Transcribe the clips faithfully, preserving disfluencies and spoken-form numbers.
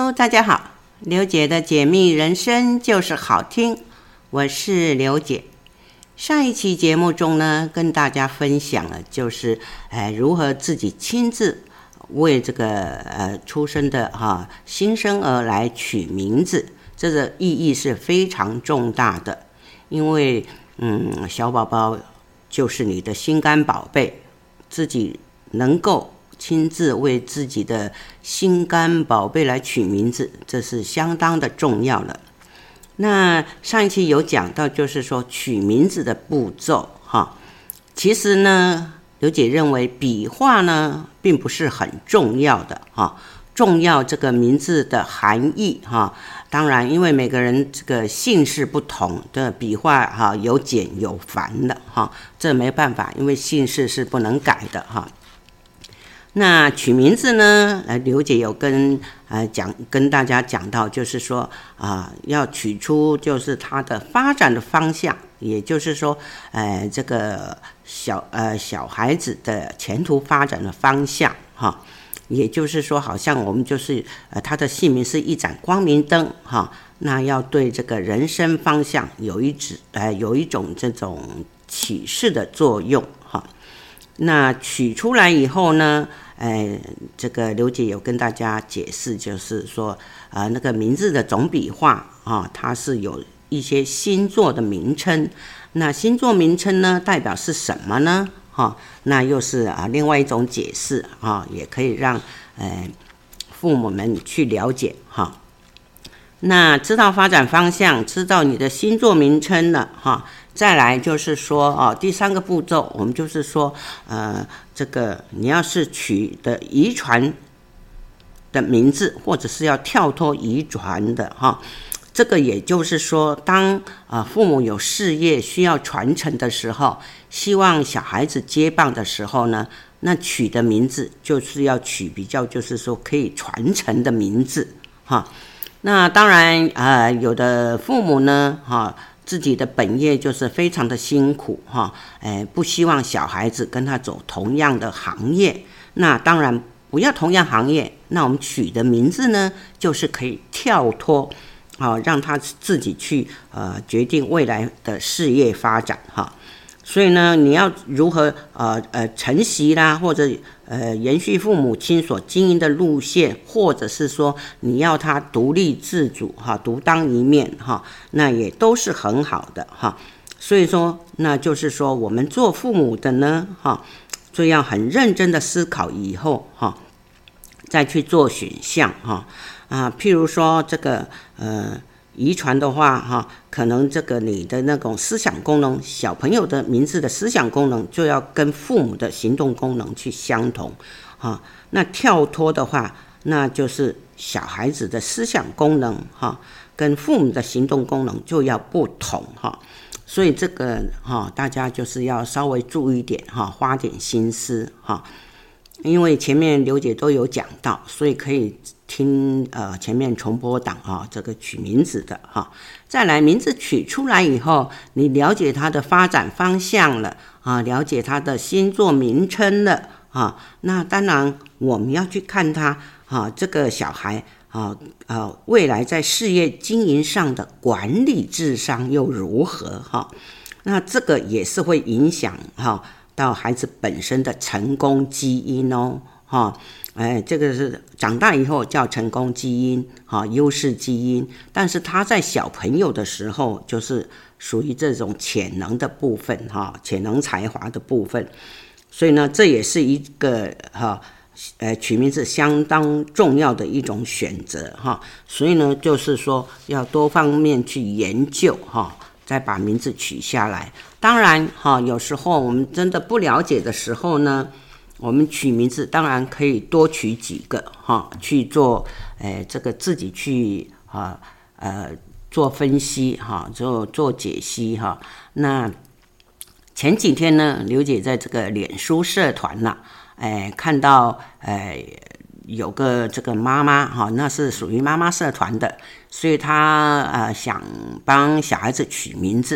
Hello， 大家好，刘姐的解密人生就是好听，我是刘姐。上一期节目中呢，跟大家分享了就是，呃，如何自己亲自为这个呃出生的哈、啊、新生儿来取名字，这个意义是非常重大的，因为嗯，小宝宝就是你的心肝宝贝，自己能够亲自为自己的心肝宝贝来取名字，这是相当的重要了。那上一期有讲到，就是说取名字的步骤哈，其实呢，刘姐认为笔画呢并不是很重要的哈，重要这个名字的含义哈。当然，因为每个人这个姓氏不同的笔画哈，有简有繁的哈，这没办法，因为姓氏是不能改的哈。那取名字呢？呃，刘姐有跟呃讲跟大家讲到，就是说啊、呃，要取出就是它的发展的方向，也就是说，呃，这个小呃小孩子的前途发展的方向哈。也就是说，好像我们就是呃他的姓名是一盏光明灯哈，那要对这个人生方向有一指呃有一种这种启示的作用哈。那取出来以后呢？呃，这个刘姐有跟大家解释，就是说，呃，那个名字的总笔画啊，它是有一些星座的名称。那星座名称呢，代表是什么呢？哈、啊，那又是啊另外一种解释啊，也可以让呃父母们去了解哈。啊那知道发展方向，知道你的星座名称了哈，再来就是说哦，第三个步骤，我们就是说，呃，这个你要是取的遗传的名字，或者是要跳脱遗传的哈，这个也就是说，当啊、呃、父母有事业需要传承的时候，希望小孩子接棒的时候呢，那取的名字就是要取比较就是说可以传承的名字哈。那当然，呃，有的父母呢，哈、啊，自己的本业就是非常的辛苦，哈、哎，不希望小孩子跟他走同样的行业。那当然不要同样行业，那我们取的名字呢，就是可以跳脱，啊，让他自己去呃决定未来的事业发展，哈。所以呢，你要如何呃呃承袭啦，或者呃延续父母亲所经营的路线，或者是说你要他独立自主哈，独当一面哈，那也都是很好的哈。所以说，那就是说我们做父母的呢哈，就要很认真的思考以后哈，再去做选项哈啊，譬如说这个呃。遗传的话哈，可能这个你的那种思想功能，小朋友的名字的思想功能就要跟父母的行动功能去相同哈。那跳脱的话，那就是小孩子的思想功能哈，跟父母的行动功能就要不同哈。所以这个哈，大家就是要稍微注意一点哈，花点心思哈。因为前面刘姐都有讲到，所以可以听呃前面重播档啊，这个取名字的哈。再来名字取出来以后，你了解它的发展方向了啊，了解它的星座名称了啊，那当然我们要去看他啊，这个小孩啊啊未来在事业经营上的管理智商又如何哈？那这个也是会影响哈。到孩子本身的成功基因哦，哈，哎，这个是长大以后叫成功基因，哈，优势基因，但是他在小朋友的时候就是属于这种潜能的部分，哈，潜能才华的部分，所以呢，这也是一个哈，呃，取名字相当重要的一种选择，哈，所以呢，就是说要多方面去研究，哈。再把名字取下来。当然哈，有时候我们真的不了解的时候呢，我们取名字当然可以多取几个哈，去做诶这个自己去啊呃做分析哈，做做解析哈。那前几天呢，刘姐在这个脸书社团呐、啊，诶看到诶。有个这个妈妈哈，那是属于妈妈社团的，所以她呃想帮小孩子取名字，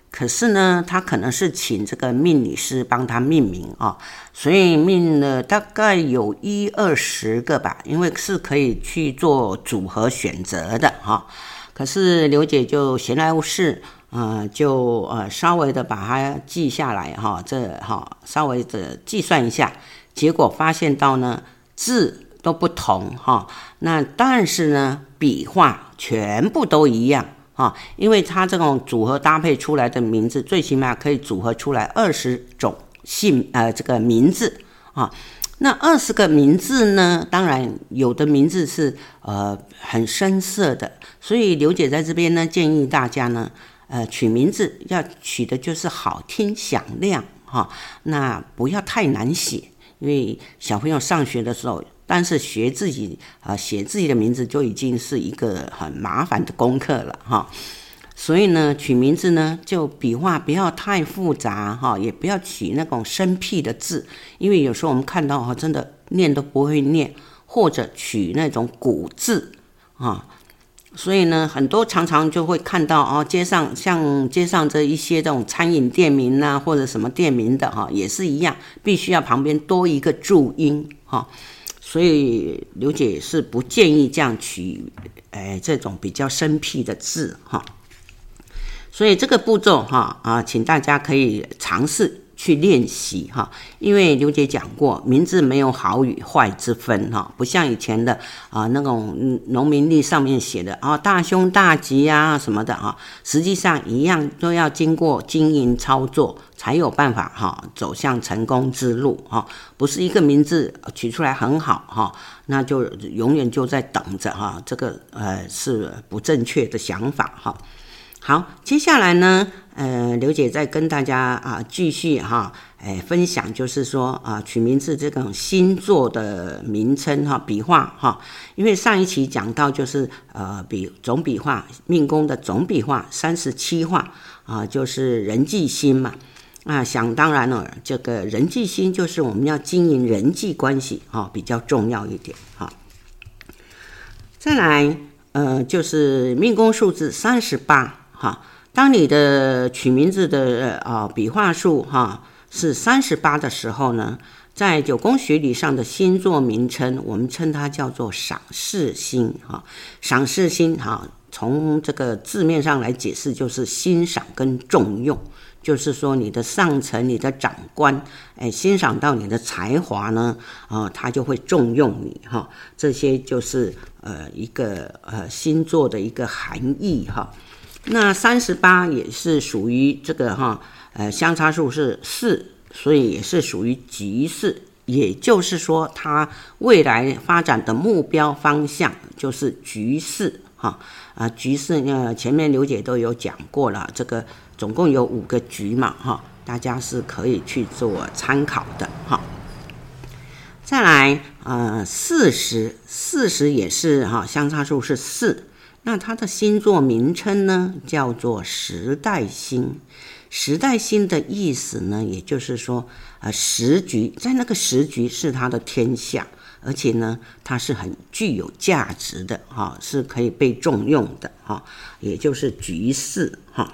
可是呢，他可能是请这个命理师帮他命名啊，所以命了大概有一二十个吧，因为是可以去做组合选择的哈。可是刘姐就闲来无事，呃，就呃稍微的把它记下来哈，这哈稍微的计算一下，结果发现到呢字都不同哈，那但是呢笔画全部都一样。啊，因为它这种组合搭配出来的名字，最起码可以组合出来二十种姓呃这个名字啊。那二十个名字呢，当然有的名字是呃很深色的，所以刘姐在这边呢建议大家呢，呃取名字要取的就是好听响亮哈、啊，那不要太难写，因为小朋友上学的时候。但是学自己啊、呃、写自己的名字就已经是一个很麻烦的功课了哈，所以呢取名字呢就笔画不要太复杂哈，也不要取那种生僻的字，因为有时候我们看到哈真的念都不会念，或者取那种古字啊，所以呢很多常常就会看到哦街上像街上这一些这种餐饮店名啊或者什么店名的哈也是一样，必须要旁边多一个注音哈。所以刘姐是不建议这样取，哎，这种比较生僻的字哈。所以这个步骤哈啊，请大家可以尝试去练习哈。因为刘姐讲过，名字没有好与坏之分哈，不像以前的啊那种农民历上面写的啊大凶大吉啊什么的啊，实际上一样都要经过经营操作。才有办法哈走向成功之路哈，不是一个名字取出来很好哈，那就永远就在等着哈，这个呃是不正确的想法哈。好，接下来呢，呃，刘姐再跟大家啊继续哈，哎分享就是说啊取名字这种星座的名称哈，笔画哈，因为上一期讲到就是呃笔总笔画命宫的总笔画三十七画啊，就是人际星嘛。啊，想当然了，这个人际星就是我们要经营人际关系啊，比较重要一点哈。再来，呃，就是命宫数字三十八哈。当你的取名字的啊笔画数哈是三十八的时候呢，在九宫学理上的星座名称，我们称它叫做赏识星哈。赏识星哈，从这个字面上来解释，就是欣赏跟重用。就是说你的上层你的长官哎欣赏到你的才华呢啊、呃、他就会重用你哈，这些就是呃一个呃星座的一个含义哈。那三十八也是属于这个哈呃相差数是四，所以也是属于吉四，也就是说它未来发展的目标方向就是局势哈啊局势呢前面刘姐都有讲过了，这个总共有五个局嘛哈，大家是可以去做参考的哈。再来呃四十，四十也是哈相差数是四，那它的星座名称呢叫做时代星。时代星的意思呢，也就是说呃时局，在那个时局是它的天下，而且呢它是很具有价值的哈，是可以被重用的哈，也就是局势哈。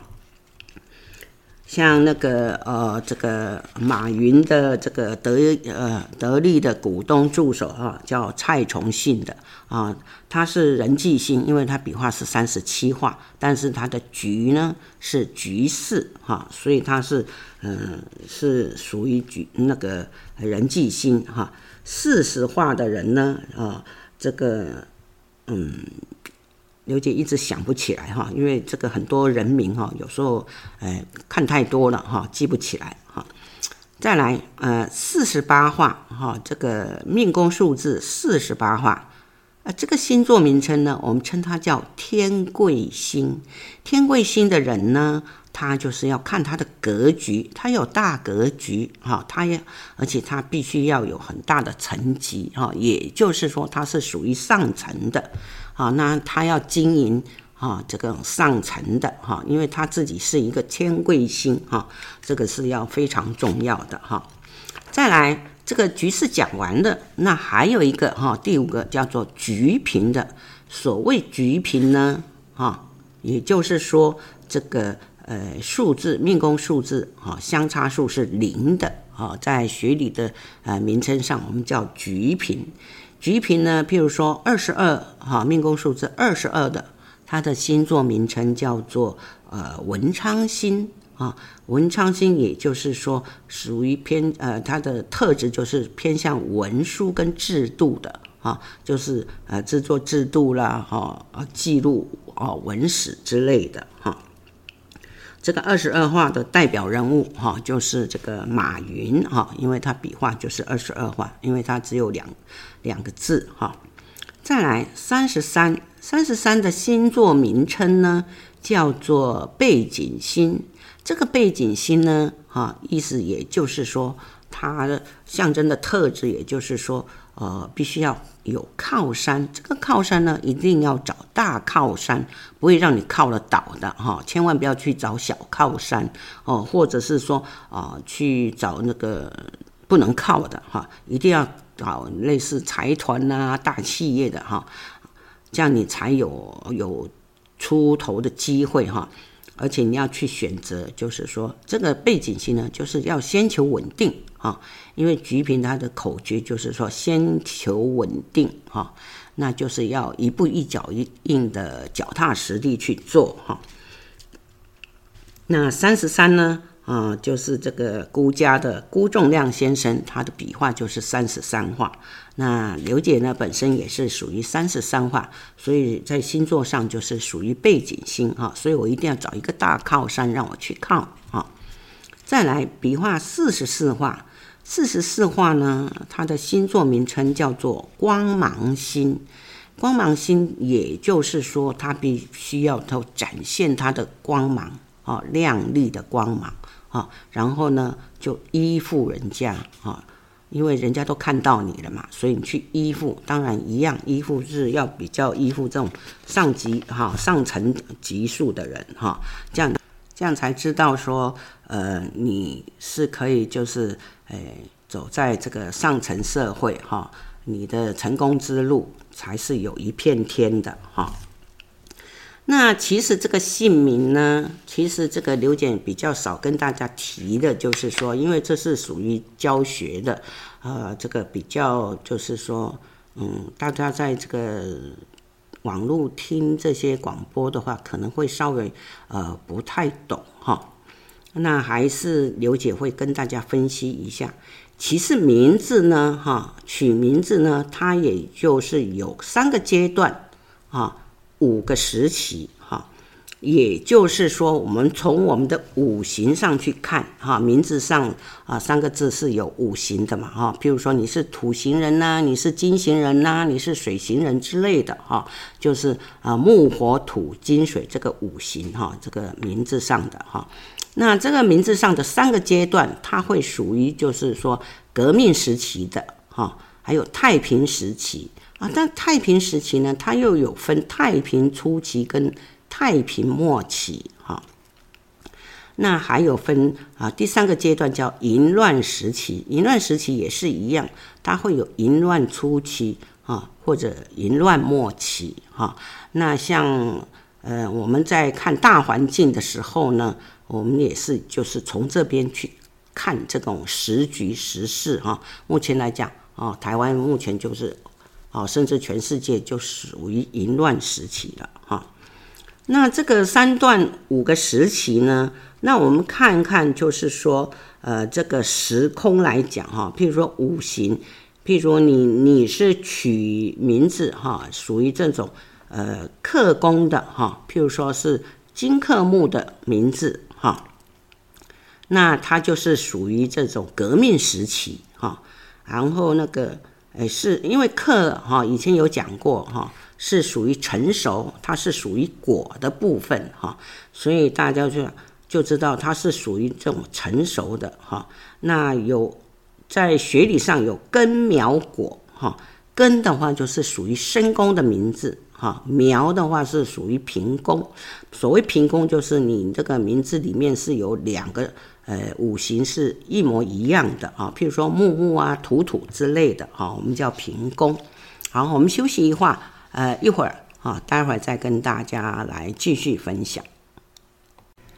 像那个呃，这个马云的这个得呃得力的股东助手啊，叫蔡崇信的啊，他是人际星，因为他笔画是三十七画，但是他的局呢是局四哈，所以他是嗯、呃、是属于局那个人际星哈。四十画的人呢啊，这个嗯。刘姐一直想不起来哈，因为这个很多人名哈，有时候呃看太多了哈，记不起来哈。再来呃四十八画哈，这个命宫数字四十八画，呃这个星座名称呢，我们称它叫天贵星。天贵星的人呢，他就是要看他的格局，他有大格局哈，他也而且他必须要有很大的层级哈，也就是说他是属于上层的。好，那他要经营啊，这个上层的哈，因为他自己是一个天贵星哈，这个是要非常重要的哈。再来，这个局势讲完了，那还有一个哈，第五个叫做局平的。所谓局平呢，哈，也就是说这个呃数字命宫数字哈、哦、相差数是零的啊、哦，在学理的呃名称上我们叫局平。局平呢，譬如说二十二哈命宫数字二十二的，它的星座名称叫做呃文昌星。啊，文昌星也就是说属于偏呃，它的特质就是偏向文书跟制度的啊，就是呃制作制度啦，哈、啊，记录哦文史之类的哈、啊。这个二十二画的代表人物哈、啊，就是这个马云哈、啊，因为他笔画就是二十二画，因为它只有两两个字哈、啊。再来三十三，三十三的星座名称呢叫做背景星。这个背景星呢，哈，意思也就是说，它的象征的特质，也就是说，呃，必须要有靠山。这个靠山呢，一定要找大靠山，不会让你靠了倒的哈，千万不要去找小靠山哦，或者是说啊、呃，去找那个不能靠的哈，一定要找类似财团啊、大企业的哈，这样你才有有出头的机会哈。而且你要去选择，就是说这个背景星呢，就是要先求稳定啊，因为局平它的口诀就是说先求稳定啊，那就是要一步一脚印的脚踏实地去做哈。那三十三呢，啊，就是这个辜家的辜仲亮先生，他的笔画就是三十三画。那刘姐呢，本身也是属于三十三画，所以在星座上就是属于背景星啊，所以我一定要找一个大靠山让我去靠啊。再来笔画四十四画，四十四画呢，它的星座名称叫做光芒星。光芒星也就是说，它必须要都展现它的光芒啊，亮丽的光芒啊，然后呢就依附人家啊。因为人家都看到你了嘛，所以你去依附，当然一样，依附是要比较依附这种上级哈、上层级数的人哈，这样这样才知道说，呃，你是可以就是呃走在这个上层社会哈，你的成功之路才是有一片天的哈。那其实这个姓名呢，其实这个刘姐比较少跟大家提的，就是说，因为这是属于教学的，呃，这个比较就是说，嗯，大家在这个网络听这些广播的话，可能会稍微呃不太懂哈。那还是刘姐会跟大家分析一下。其实名字呢，哈，取名字呢，它也就是有三个阶段啊。五个时期哈，也就是说，我们从我们的五行上去看哈，名字上啊三个字是有五行的嘛哈，譬如说你是土型人呐、啊，你是金型人呐、啊，你是水型人之类的哈，就是啊木火土金水这个五行哈，这个名字上的哈。那这个名字上的三个阶段，它会属于就是说革命时期的哈，还有太平时期。啊，但太平时期呢，它又有分太平初期跟太平末期哈。那还有分啊，第三个阶段叫淫乱时期，淫乱时期也是一样，它会有淫乱初期啊，或者淫乱末期哈。那像呃我们在看大环境的时候呢，我们也是就是从这边去看这种时局时事哈。目前来讲啊，台湾目前就是哦，甚至全世界就属于淫乱时期了哈。那这个三段五个时期呢，那我们看看，就是说，呃，这个时空来讲哈，譬如说五行，譬如你你是取名字哈，属于这种呃克宫的哈，譬如说是金克木的名字哈，那它就是属于这种革命时期哈，然后那个。诶，是因为克哈，以前有讲过哈，是属于成熟，它是属于果的部分哈，所以大家就就知道它是属于这种成熟的哈。那有在学理上有根苗果哈，根的话就是属于申宫的名字哈，苗的话是属于平宫。所谓平宫就是你这个名字里面是有两个。呃，五行是一模一样的啊，譬如说木木啊、土土之类的啊，我们叫平宫。好，我们休息一会儿，呃，一会儿啊，待会儿再跟大家来继续分享。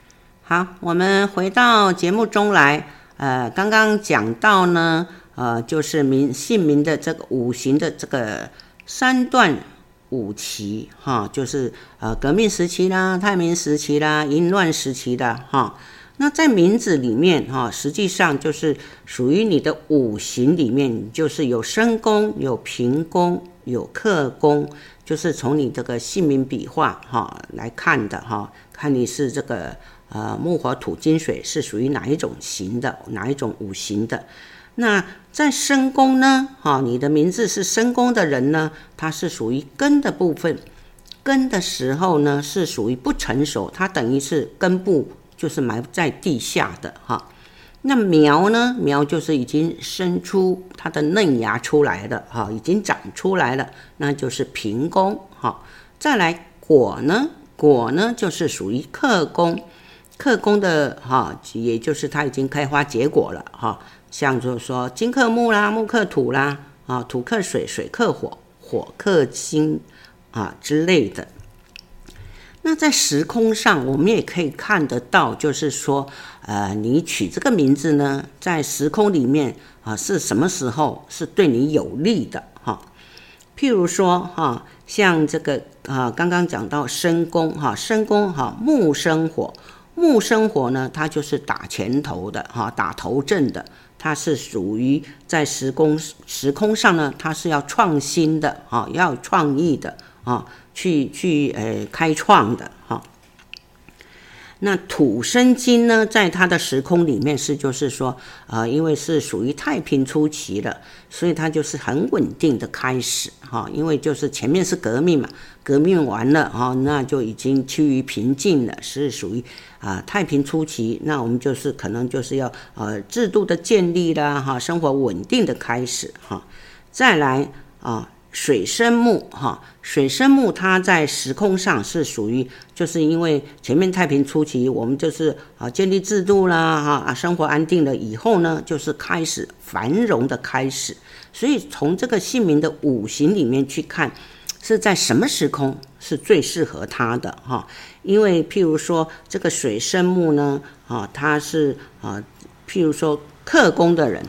好，我们回到节目中来，呃，刚刚讲到呢，呃，就是名姓名的这个五行的这个三段五期哈，就是呃革命时期啦、太平时期啦、淫乱时期的哈。那在名字里面哈，实际上就是属于你的五行里面，就是有申宫、有平宫、有克宫，就是从你这个姓名笔画哈来看的哈，看你是这个呃木火土金水是属于哪一种型的，哪一种五行的。那在申宫呢，哈，你的名字是申宫的人呢，他是属于根的部分，根的时候呢是属于不成熟，它等于是根部就是埋在地下的哈。那苗呢，苗就是已经生出它的嫩芽出来了哈，已经长出来了，那就是平宫哈。再来果呢，果呢就是属于克宫，克宫的哈，也就是它已经开花结果了哈。像就是说金克木啦，木克土啦，啊，土克水，水克火，火克金啊之类的。那在时空上，我们也可以看得到，就是说，呃，你取这个名字呢，在时空里面啊，是什么时候是对你有利的哈？譬如说哈，像这个啊，刚刚讲到申宫哈，申宫哈，木生火，木生火呢，它就是打前头的哈，打头阵的。它是属于在时空时空上呢，它是要创新的哈，要有创意的啊，去去呃开创的哈。那土生金呢，在它的时空里面是就是说，呃，因为是属于太平初期了，所以它就是很稳定的开始哈。因为就是前面是革命嘛，革命完了哈，那就已经趋于平静了，是属于啊、呃、太平初期。那我们就是可能就是要呃制度的建立啦哈，生活稳定的开始哈。再来啊。水生木哈，水生木它在时空上是属于，就是因为前面太平初期，我们就是啊建立制度啦哈啊，生活安定了以后呢，就是开始繁荣的开始。所以从这个姓名的五行里面去看，是在什么时空是最适合它的哈？因为譬如说这个水生木呢，啊，它是啊，譬如说克宫的人，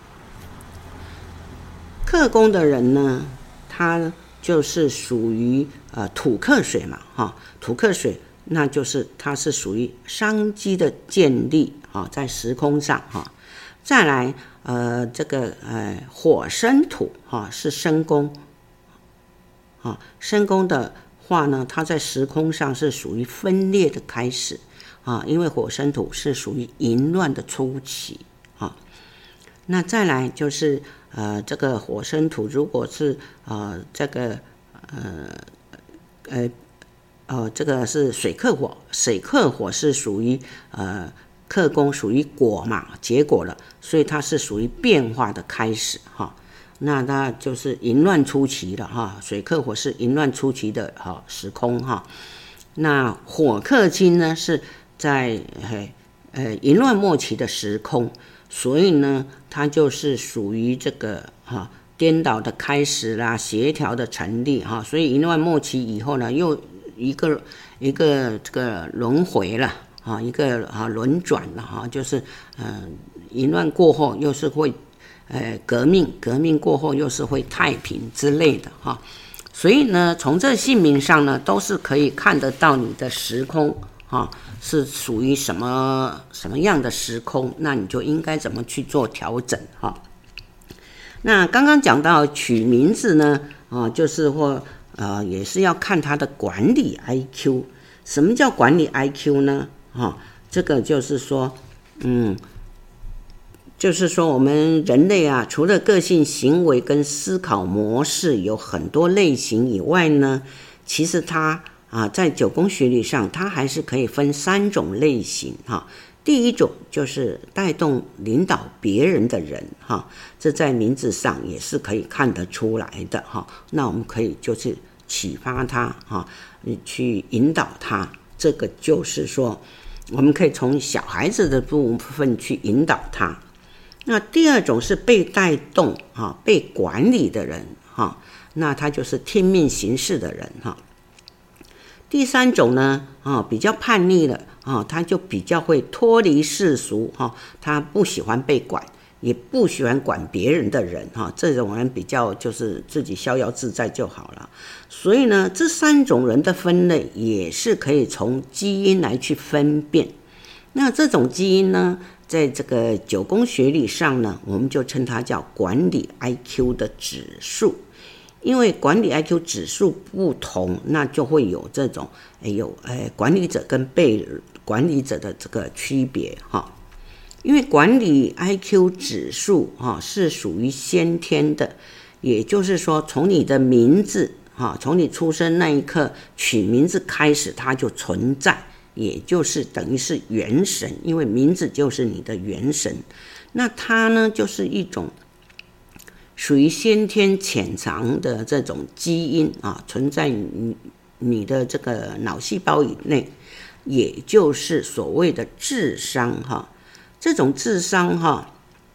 克宫的人呢。它就是属于呃土克水嘛哈，土克水那就是它是属于商机的建立啊，在时空上哈。再来呃这个呃火生土哈是申宫啊，申宫的话呢，它在时空上是属于分裂的开始啊，因为火生土是属于淫乱的初期啊。那再来就是呃，这个火生土，如果是呃这个呃呃呃这个是水克火，水克火是属于呃克宫，属于果嘛，结果了，所以它是属于变化的开始哈。那它就是淫乱初期了哈，水克火是淫乱初期的哈时空哈。那火克金呢是在呃淫乱末期的时空。所以呢，它就是属于这个哈、啊、颠倒的开始啦，协调的成立哈、啊。所以淫乱末期以后呢，又一个一个这个轮回了啊，一个啊轮转了哈、啊，就是嗯、呃，淫乱过后又是会呃革命，革命过后又是会太平之类的哈、啊。所以呢，从这姓名上呢，都是可以看得到你的时空。啊，是属于什么什么样的时空，那你就应该怎么去做调整哈。那刚刚讲到取名字呢，啊，就是或呃也是要看他的管理 I Q。什么叫管理 I Q 呢？哈，这个就是说，嗯，就是说我们人类啊，除了个性、行为跟思考模式有很多类型以外呢，其实它啊，在九宫学理上，它还是可以分三种类型哈。第一种就是带动领导别人的人哈，这在名字上也是可以看得出来的哈。那我们可以就是启发他哈，去引导他。这个就是说，我们可以从小孩子的部分去引导他。那第二种是被带动哈、被管理的人哈，那他就是听命行事的人哈。第三种呢，啊，比较叛逆了啊，他就比较会脱离世俗哈，他不喜欢被管，也不喜欢管别人的人哈，这种人比较就是自己逍遥自在就好了。所以呢，这三种人的分类也是可以从基因来去分辨。那这种基因呢，在这个九宫学理上呢，我们就称它叫管理 I Q 的指数。因为管理 I Q 指数不同，那就会有这种有诶管理者跟被管理者的这个区别哈。因为管理 I Q 指数哈是属于先天的，也就是说从你的名字哈，从你出生那一刻取名字开始，它就存在，也就是等于是元神，因为名字就是你的元神。那它呢就是一种属于先天潜藏的这种基因啊，存在你你的这个脑细胞以内，也就是所谓的智商哈。这种智商哈，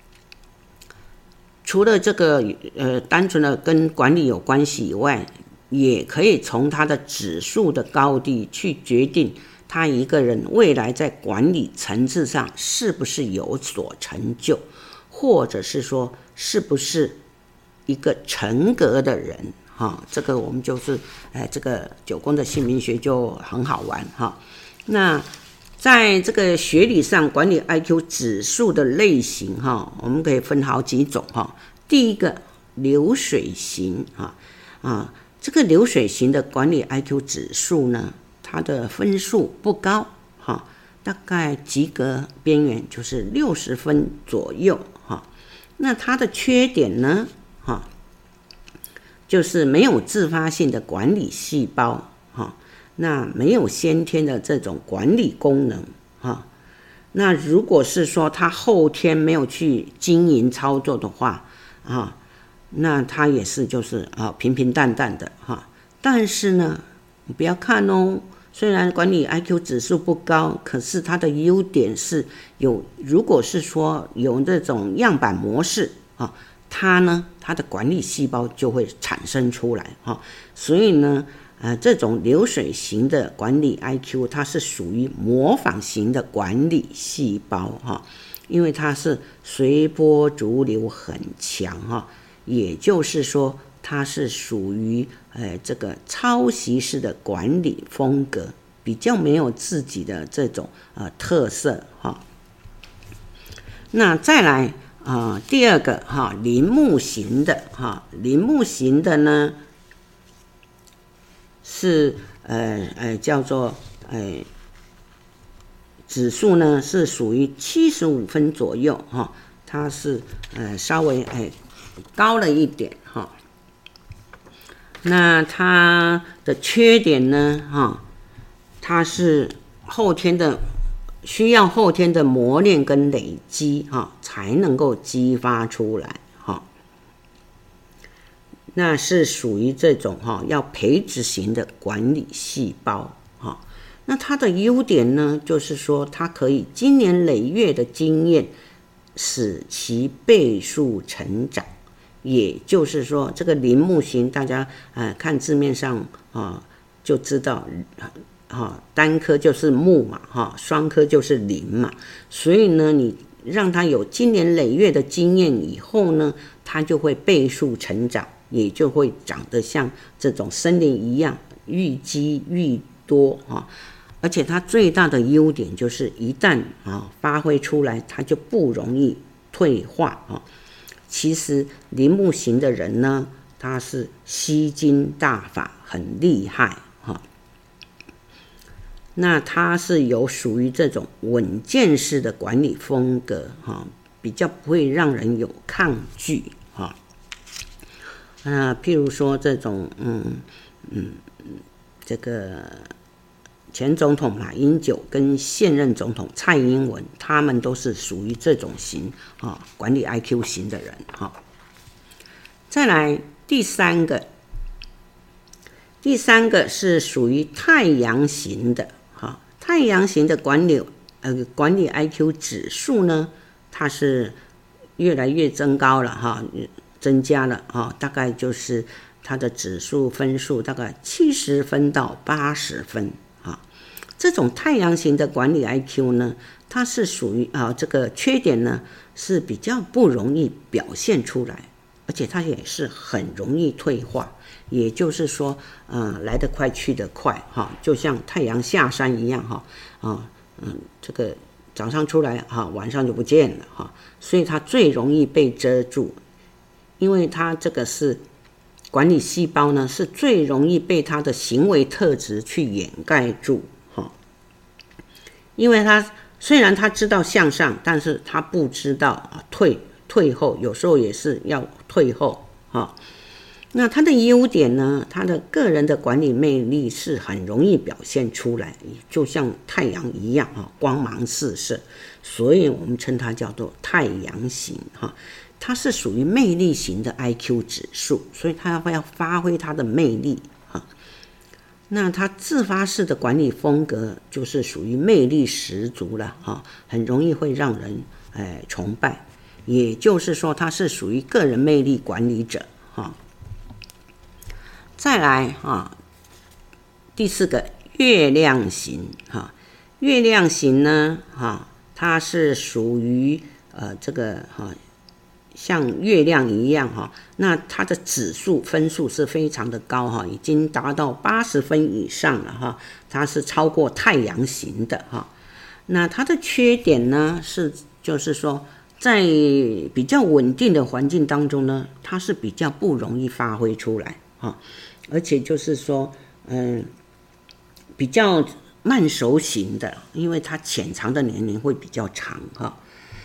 除了这个呃单纯的跟管理有关系以外，也可以从他的指数的高低去决定他一个人未来在管理层次上是不是有所成就，或者是说是不是一个成格的人哈，这个我们就是哎，这个九宫的姓名学就很好玩哈。那在这个学理上，管理 I Q 指数的类型哈，我们可以分好几种哈。第一个流水型哈啊，这个流水型的管理 I Q 指数呢，它的分数不高哈，大概及格边缘就是六十分左右哈。那它的缺点呢？哈，就是没有自发性的管理细胞哈，那没有先天的这种管理功能哈。那如果是说他后天没有去经营操作的话啊，那他也是就是啊平平淡淡的哈。但是呢，你不要看哦，虽然管理 I Q 指数不高，可是它的优点是有，如果是说有这种样板模式啊。它呢，它的管理细胞就会产生出来哈，所以呢，呃，这种流水型的管理 I Q， 它是属于模仿型的管理细胞哈，因为它是随波逐流很强哈，也就是说，它是属于呃这个抄袭式的管理风格，比较没有自己的这种呃特色哈。那再来。啊、呃，第二个哈，铃木型的哈，铃木型的呢是呃呃叫做呃指数呢是属于七十五分左右哈，它是呃稍微哎高了一点哈。那它的缺点呢哈，它是后天的。需要后天的磨练跟累积哈，才能够激发出来哈。那是属于这种哈要培植型的管理细胞哈。那它的优点呢，就是说它可以经年累月的经验使其倍数成长。也就是说，这个铃木型，大家呃看字面上啊就知道。哈，单颗就是木嘛，哈，双颗就是铃嘛，所以呢，你让他有经年累月的经验以后呢，他就会倍数成长，也就会长得像这种森林一样，愈积愈多啊。而且它最大的优点就是，一旦啊发挥出来，它就不容易退化啊。其实铃木型的人呢，他是吸金大法很厉害。那它是有属于这种稳健式的管理风格哈，比较不会让人有抗拒哈。那譬如说这种嗯嗯这个前总统马英九跟现任总统蔡英文，他们都是属于这种型啊管理 I Q 型的人哈。再来第三个，第三个是属于太阳型的。太阳型的管理呃管理 I Q 指数呢，它是越来越增高了哈，增加了哈，大概就是它的指数分数大概七十分到八十分啊。 这种太阳型的管理 I Q 呢，它是属于啊这个缺点呢是比较不容易表现出来，而且它也是很容易退化。也就是说，呃，来得快去得快哈，就像太阳下山一样哈，啊，嗯，这个早上出来哈，晚上就不见了哈，所以它最容易被遮住，因为它这个是管理细胞呢，是最容易被它的行为特质去掩盖住哈，因为它虽然它知道向上，但是它不知道啊退退后，有时候也是要退后哈。那他的优点呢？他的个人的管理魅力是很容易表现出来，就像太阳一样啊，光芒四射，所以我们称它叫做太阳型哈。它是属于魅力型的 I Q 指数，所以它要发挥它的魅力哈。那它自发式的管理风格就是属于魅力十足了哈，很容易会让人哎崇拜，也就是说它是属于个人魅力管理者哈。再来啊，第四个月亮型哈，月亮型呢哈，它是属于呃这个哈，像月亮一样哈，那它的指数分数是非常的高哈，已经达到八十分以上了哈，它是超过太阳型的哈。那它的缺点呢是，就是说在比较稳定的环境当中呢，它是比较不容易发挥出来哈。而且就是说，嗯，比较慢熟型的，因为它潜藏的年龄会比较长哈。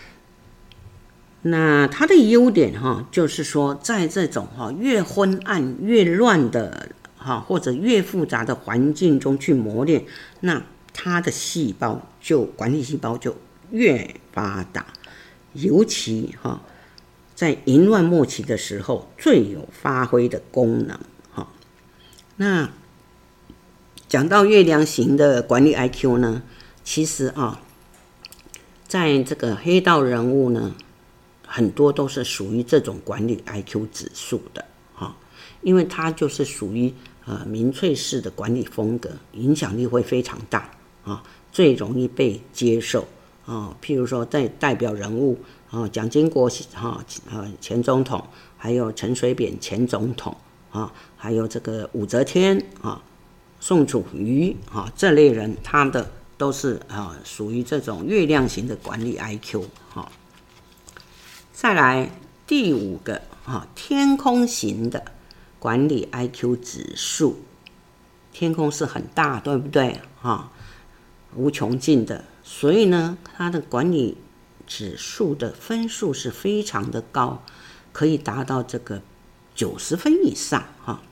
那它的优点哈，就是说，在这种哈越昏暗越乱的哈，或者越复杂的环境中去磨练，那它的细胞就管理细胞就越发达，尤其哈在淫乱末期的时候最有发挥的功能。那讲到月亮型的管理 I Q 呢，其实啊，在这个黑道人物呢，很多都是属于这种管理 I Q 指数的哈，因为它就是属于呃民粹式的管理风格，影响力会非常大啊，最容易被接受啊。譬如说，在代表人物啊，蒋经国哈呃前总统，还有陈水扁前总统。啊，还有这个武则天啊、宋楚瑜啊这类人，他的都是啊属于这种月亮型的管理 I Q 哈、啊。再来第五个啊，天空型的管理 I Q 指数，天空是很大，对不对啊？无穷尽的，所以呢，它的管理指数的分数是非常的高，可以达到这个九十分以上哈。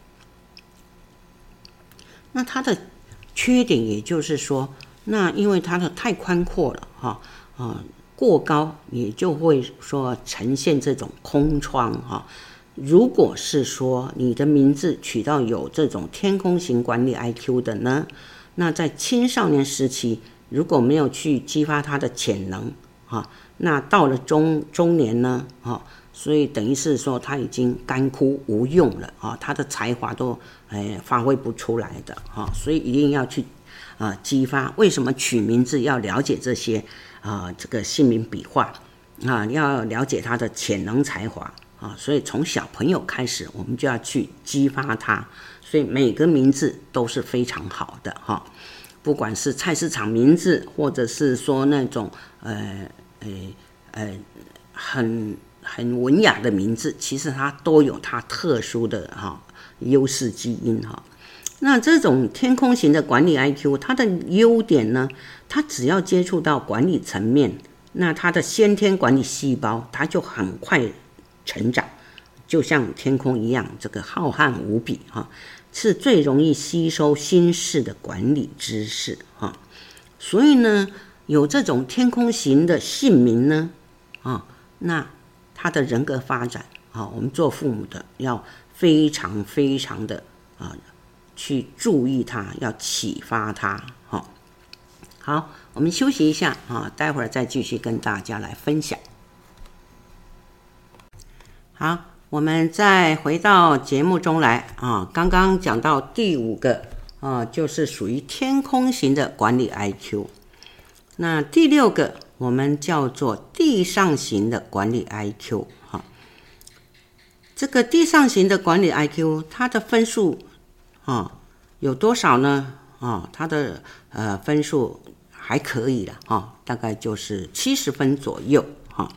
那它的缺点也就是说，那因为它的太宽阔了哈啊，过高也就会说呈现这种空窗哈。如果是说你的名字取到有这种天空型管理 I Q 的呢，那在青少年时期如果没有去激发他的潜能哈，那到了中中年呢哈。所以等于是说他已经干枯无用了啊，他的才华都哎发挥不出来的哈，所以一定要去啊、呃、激发。为什么取名字要了解这些啊、呃、这个姓名笔画啊，要了解他的潜能才华啊，所以从小朋友开始我们就要去激发他，所以每个名字都是非常好的哈，不管是菜市场名字，或者是说那种呃呃呃很。很文雅的名字，其实它都有它特殊的哈优势基因哈。那这种天空型的管理 I Q， 它的优点呢，它只要接触到管理层面，那它的先天管理细胞它就很快成长，就像天空一样，这个浩瀚无比哈，是最容易吸收新式的管理知识哈。所以呢，有这种天空型的姓名呢，啊，那他的人格发展啊，我们做父母的要非常非常的啊去注意他，要启发他。好，好，我们休息一下啊，待会儿再继续跟大家来分享。好，我们再回到节目中来啊，刚刚讲到第五个啊，就是属于天空型的管理 I Q。那第六个我们叫做地上型的管理 I Q。哈，这个地上型的管理 I Q， 它的分数啊有多少呢？啊，它的呃分数还可以了哈，大概就是七十分左右哈。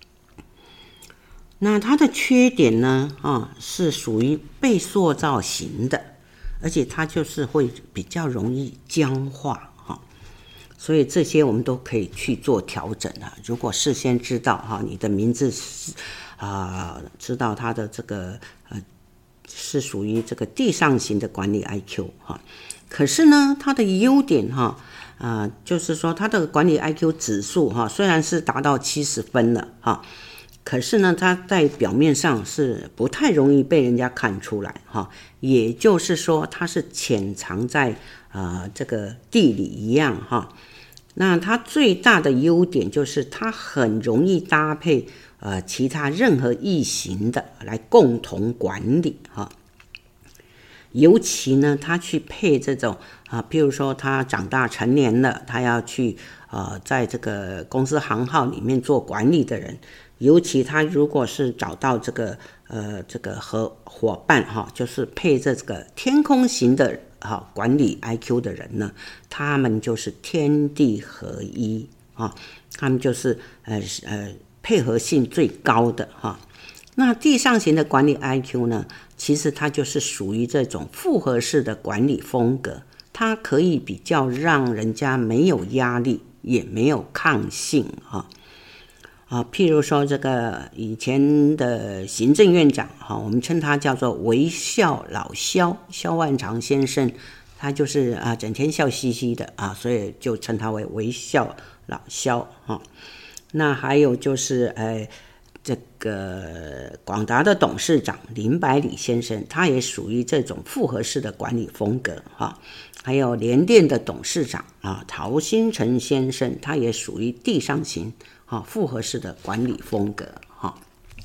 那它的缺点呢？啊，是属于被塑造型的。而且它就是会比较容易僵化哈，所以这些我们都可以去做调整啊。如果事先知道哈，你的名字是啊、呃，知道它的这个呃是属于这个地上型的管理 I Q 哈，可是呢，它的优点哈啊、呃，就是说它的管理 I Q 指数哈，虽然是达到七十分了哈。可是呢，它在表面上是不太容易被人家看出来哈，也就是说，它是潜藏在呃这个地里一样哈。那它最大的优点就是它很容易搭配呃其他任何异形的来共同管理哈。尤其呢，他去配这种啊，譬如说他长大成年了，他要去呃在这个公司行号里面做管理的人。尤其他如果是找到这个呃这个合伙伴哈，就是配这个天空型的哈管理 I Q 的人呢，他们就是天地合一啊，他们就是呃呃配合性最高的哈。那地上型的管理 I Q 呢，其实它就是属于这种复合式的管理风格，它可以比较让人家没有压力，也没有抗性哈。啊，譬如说这个以前的行政院长哈，我们称他叫做微笑老萧萧万长先生，他就是啊整天笑嘻嘻的啊，所以就称他为微笑老萧哈。那还有就是呃这个广达的董事长林百里先生，他也属于这种复合式的管理风格哈。还有联电的董事长啊陶新成先生，他也属于地上型啊复合式的管理风格哈。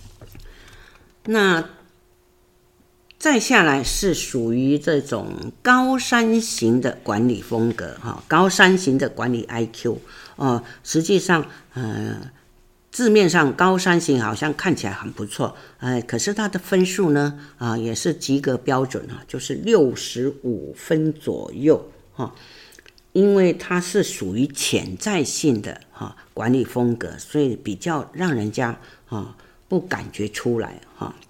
那再下来是属于这种高山型的管理风格哈，高山型的管理 I Q 哦，实际上呃字面上高山型好像看起来很不错，呃，可是它的分数呢啊、呃、也是及格标准啊，就是六十五分左右哈、哦，因为它是属于潜在性的哈、哦、管理风格，所以比较让人家啊、哦、不感觉出来哈。哦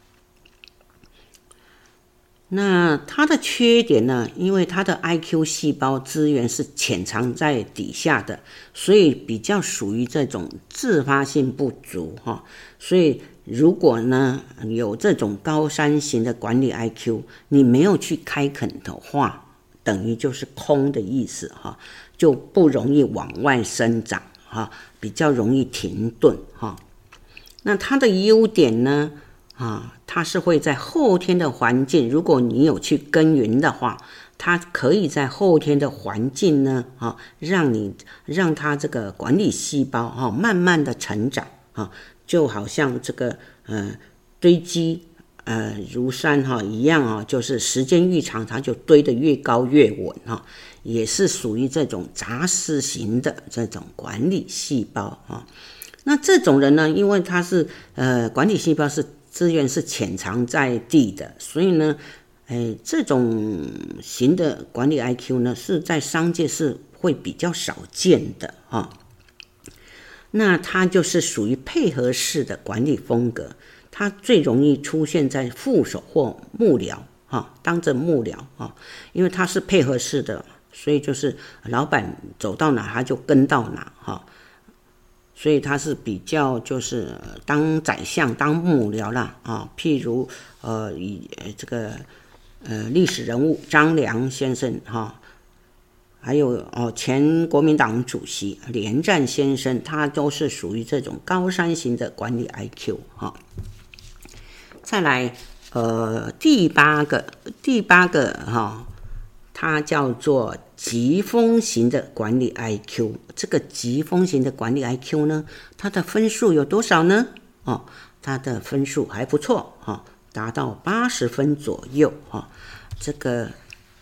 那它的缺点呢？因为它的 I Q 细胞资源是潜藏在底下的，所以比较属于这种自发性不足哈。所以如果呢有这种高山型的管理 I Q， 你没有去开垦的话，等于就是空的意思哈，就不容易往外生长哈，比较容易停顿哈。那它的优点呢？啊，它是会在后天的环境，如果你有去耕耘的话，它可以在后天的环境呢，啊，让你让它这个管理细胞啊，慢慢的成长啊，就好像这个呃堆积呃如山哈、啊、一样啊，就是时间越长，它就堆得越高越稳哈、啊，也是属于这种杂食型的这种管理细胞啊。那这种人呢，因为他是呃管理细胞是资源是潜藏在地的，所以呢，哎，这种型的管理 I Q 呢，是在商界是会比较少见的啊。那它就是属于配合式的管理风格，它最容易出现在副手或幕僚啊，当着幕僚啊，因为它是配合式的，所以就是老板走到哪他就跟到哪哈。所以他是比较就是当宰相当幕僚啦啊，譬如呃以这个呃历史人物张良先生哈、啊，还有哦前国民党主席连战先生，他都是属于这种高山型的管理 I Q 哈、啊。再来呃第八个第八个哈、啊，它叫做疾风型的管理 I Q。这个疾风型的管理 I Q 呢，它的分数有多少呢？哦，它的分数还不错哈、哦，达到八十分左右哈、哦。这个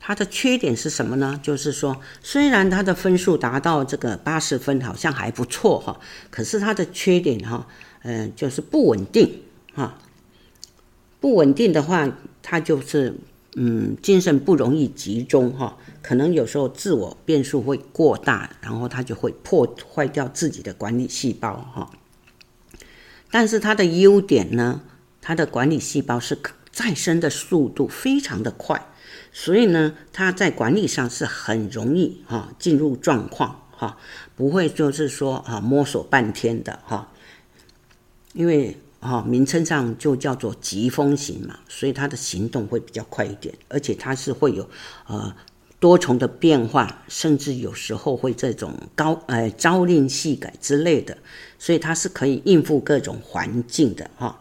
它的缺点是什么呢？就是说，虽然它的分数达到这个八十分，好像还不错哈，可是它的缺点哈，呃，就是不稳定哈。不稳定的话，它就是嗯，精神不容易集中哈，可能有时候自我变数会过大，然后它就会破坏掉自己的管理细胞哈。但是它的优点呢，它的管理细胞是再生的速度非常的快。所以呢，他在管理上是很容易哈进入状况哈，不会就是说啊摸索半天的哈，因为啊名称上就叫做疾风型嘛，所以他的行动会比较快一点，而且他是会有呃多重的变化，甚至有时候会这种高呃朝令夕改之类的，所以他是可以应付各种环境的哈。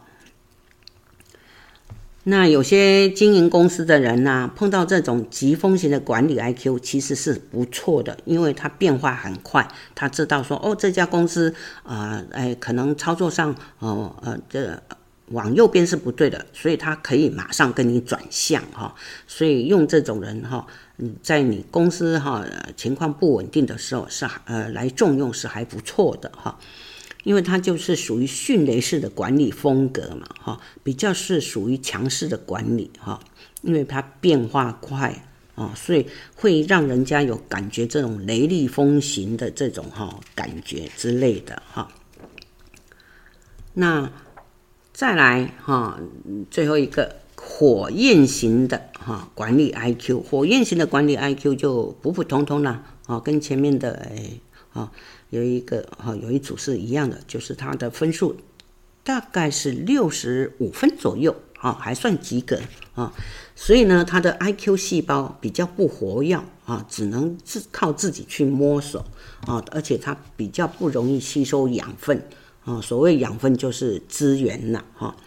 那有些经营公司的人啊，碰到这种疾风型的管理 I Q 其实是不错的，因为他变化很快，他知道说哦这家公司啊、呃，哎可能操作上哦呃这往右边是不对的，所以他可以马上跟你转向哈、哦。所以用这种人哈、哦，在你公司哈、哦、情况不稳定的时候是呃来重用是还不错的哈。哦，因为它就是属于迅雷式的管理风格嘛，哈，比较是属于强势的管理哈，因为它变化快啊，所以会让人家有感觉这种雷厉风行的这种哈感觉之类的哈。那再来哈，最后一个火焰型的哈管理 I Q， 火焰型的管理 I Q 就普普通通啦，啊，跟前面的哎啊。有一个哈，有一组是一样的，就是它的分数大概是六十五分左右啊，还算及格啊。所以呢，它的 I Q 细胞比较不活跃啊，只能自靠自己去摸索啊，而且它比较不容易吸收养分啊。所谓养分就是资源呐哈，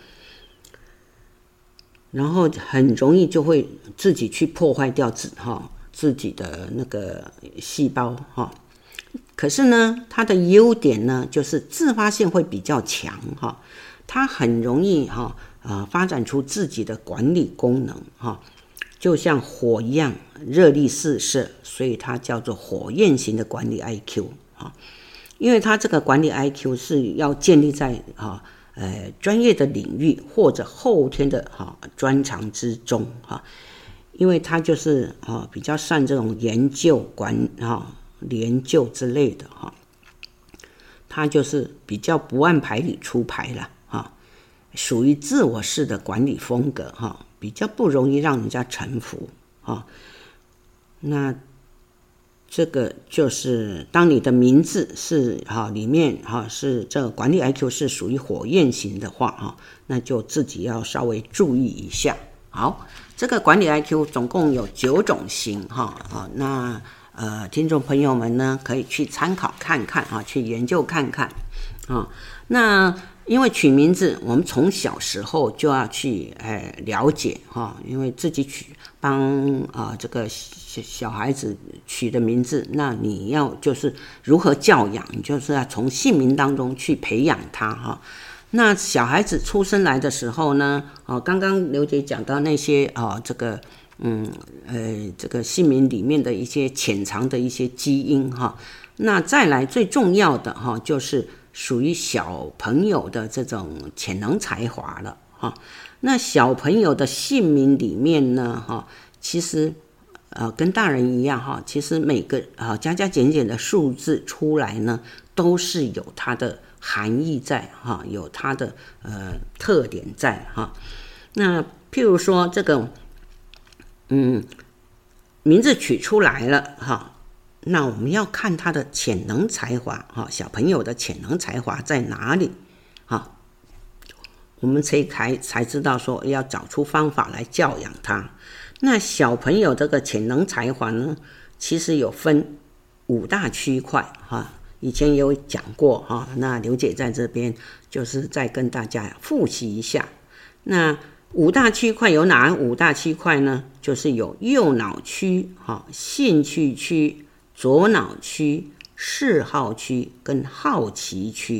然后很容易就会自己去破坏掉自哈自己的那个细胞哈。可是呢，它的优点呢，就是自发性会比较强哈，它很容易哈啊发展出自己的管理功能哈，就像火一样热力四射，所以它叫做火焰型的管理 I Q 哈。因为它这个管理 I Q 是要建立在哈呃专业的领域或者后天的哈专长之中哈，因为它就是啊比较善这种研究管哈。研究之类的哈，他就是比较不按牌理出牌了哈，属于自我式的管理风格哈，比较不容易让人家臣服哈。那这个就是当你的名字是哈里面哈是这个管理 I Q 是属于火焰型的话哈，那就自己要稍微注意一下。好，这个管理 I Q 总共有九种型哈啊那。呃，听众朋友们呢，可以去参考看看啊，去研究看看啊。那因为取名字，我们从小时候就要去呃了解哈，因为自己取帮啊、呃、这个小小孩子取的名字，那你要就是如何教养，你就是要从姓名当中去培养他哈。那小孩子出生来的时候呢，哦，刚刚刘姐讲到那些啊、呃、这个。嗯，呃，这个姓名里面的一些潜藏的一些基因哈，那再来最重要的哈，就是属于小朋友的这种潜能才华了哈。那小朋友的姓名里面呢哈，其实呃跟大人一样哈，其实每个啊加加减减的数字出来呢，都是有它的含义在哈，有它的呃特点在哈。那譬如说这个。嗯，名字取出来了哈，那我们要看他的潜能才华哈，小朋友的潜能才华在哪里哈，我们才才才知道说要找出方法来教养他。那小朋友这个潜能才华呢，其实有分五大区块哈，以前有讲过哈，那刘姐在这边就是再跟大家复习一下。那五大区块有哪五大区块呢？就是有右脑区、哈兴趣区、左脑区、嗜好区跟好奇区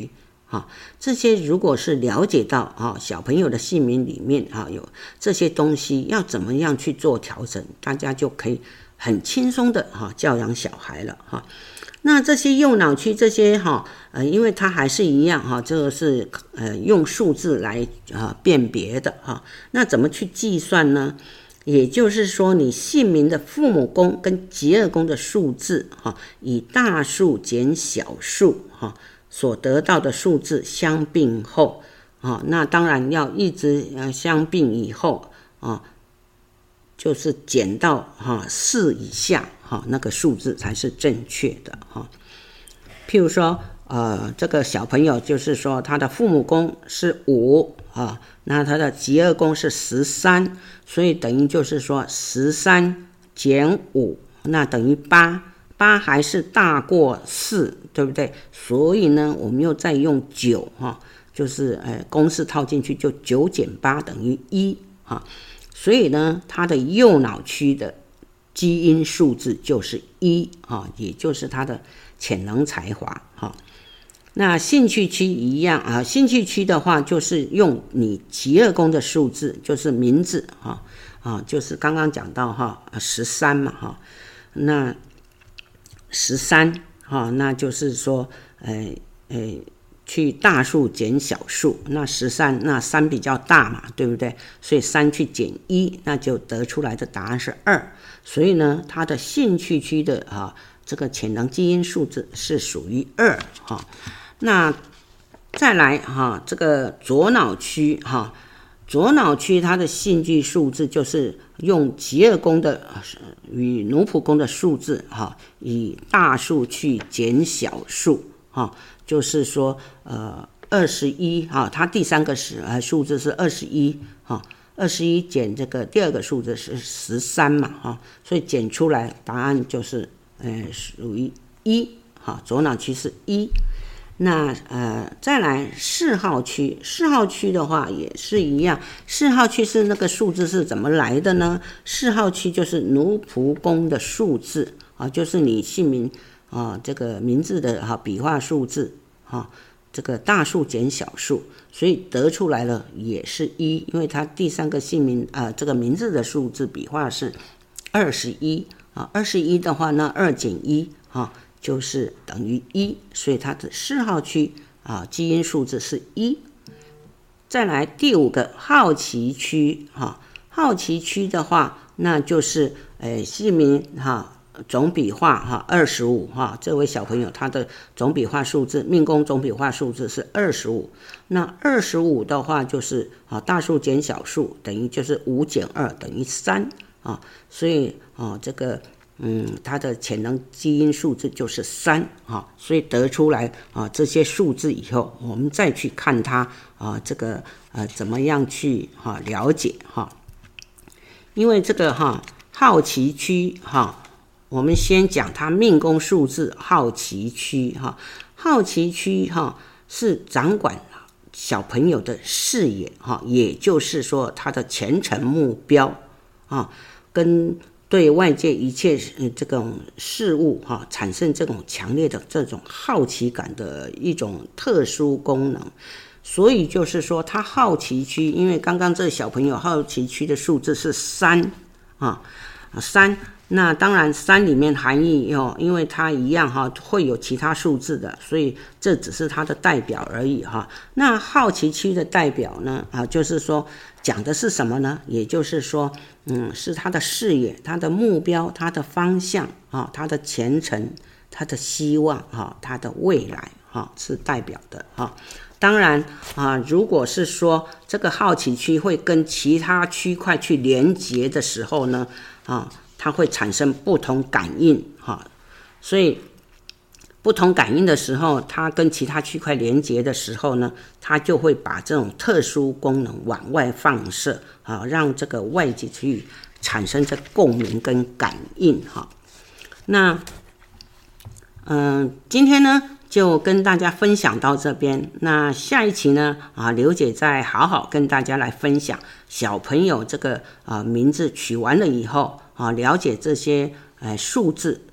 啊，这些如果是了解到啊小朋友的姓名里面啊有这些东西，要怎么样去做调整，大家就可以很轻松的哈教养小孩了哈。那这些右脑区这些哈呃，因为它还是一样哈，这个是呃用数字来啊辨别的哈。那怎么去计算呢？也就是说，你姓名的父母宫跟疾厄宫的数字哈，以大数减小数哈，所得到的数字相并后啊，那当然要一直呃相并以后啊。就是减到哈四以下哈，那个数字才是正确的哈。譬如说，呃，这个小朋友就是说他的父母宫是五啊，那他的疾厄宫是十三，所以等于就是说十三减五，那等于八，八还是大过四，对不对？所以呢，我们又再用九哈，就是呃公式套进去，就九减八等于一啊。所以呢，它的右脑区的基因数字就是一啊，也就是它的潜能才华哈。那兴趣区一样啊，兴趣区的话就是用你疾厄宫的数字，就是名字哈啊，就是刚刚讲到哈十三嘛哈，那十三哈，那就是说呃呃。去大数减小数，那十三，那三比较大嘛，对不对？所以三去减一，那就得出来的答案是二。所以呢，它的兴趣区的啊，这个潜能基因数字是属于二哈。那再来哈，这个左脑区哈，左脑区它的兴趣数字就是用疾厄宫的与奴仆宫的数字哈，以大数去减小数哈。就是说，呃，二十一哈，它第三个是呃数字是二十一哈，二十一减这个第二个数字是十三嘛哈，所以减出来答案就是呃属于一哈，左脑区是一。那呃再来四号区，四号区的话也是一样，四号区是那个数字是怎么来的呢？四号区就是奴仆宫的数字啊，就是你姓名啊这个名字的哈笔画数字。啊，这个大数减小数，所以得出来了也是一，因为它第三个姓名啊、呃，这个名字的数字笔画是二十一啊，二十一的话，那二减一啊就是等于一，所以它的四号区啊基因数字是一。再来第五个好奇区哈、啊，好奇区的话，那就是呃姓名哈。啊总笔画哈二十五哈，这位小朋友他的总笔画数字命宫总笔画数字是二十五，那二十五的话就是啊大数减小数等于就是五减二等于三啊，所以啊这个嗯他的潜能基因数字就是三啊，所以得出来啊这些数字以后，我们再去看他啊这个呃怎么样去哈、啊、了解哈、啊，因为这个哈、啊、好奇区哈。啊我们先讲它命宫数字好奇区哈，好奇区哈是掌管小朋友的视野哈，也就是说他的前程目标啊，跟对外界一切这种事物哈产生这种强烈的这种好奇感的一种特殊功能。所以就是说，他好奇区，因为刚刚这个小朋友好奇区的数字是三啊，三。那当然，三里面含义哦，因为它一样哈，会有其他数字的，所以这只是它的代表而已哈。那好奇区的代表呢，啊，就是说讲的是什么呢？也就是说，嗯，是他的视野、他的目标、他的方向啊、他的前程、他的希望哈、他的未来哈，是代表的哈。当然啊，如果是说这个好奇区会跟其他区块去连接的时候呢，啊。它会产生不同感应哈，所以不同感应的时候，它跟其他区块连接的时候呢，它就会把这种特殊功能往外放射啊，让这个外界去产生这共鸣跟感应哈。那嗯、呃，今天呢就跟大家分享到这边。那下一期呢啊，刘姐再好好跟大家来分享小朋友这个啊名字取完了以后。啊，了解这些呃数字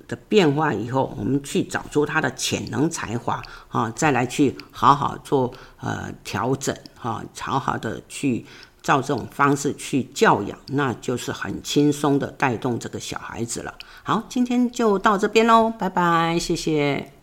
的变化以后，我们去找出他的潜能才华啊，再来去好好做呃调整啊，好好的去照这种方式去教养，那就是很轻松的带动这个小孩子了。好，今天就到这边咯，拜拜，谢谢。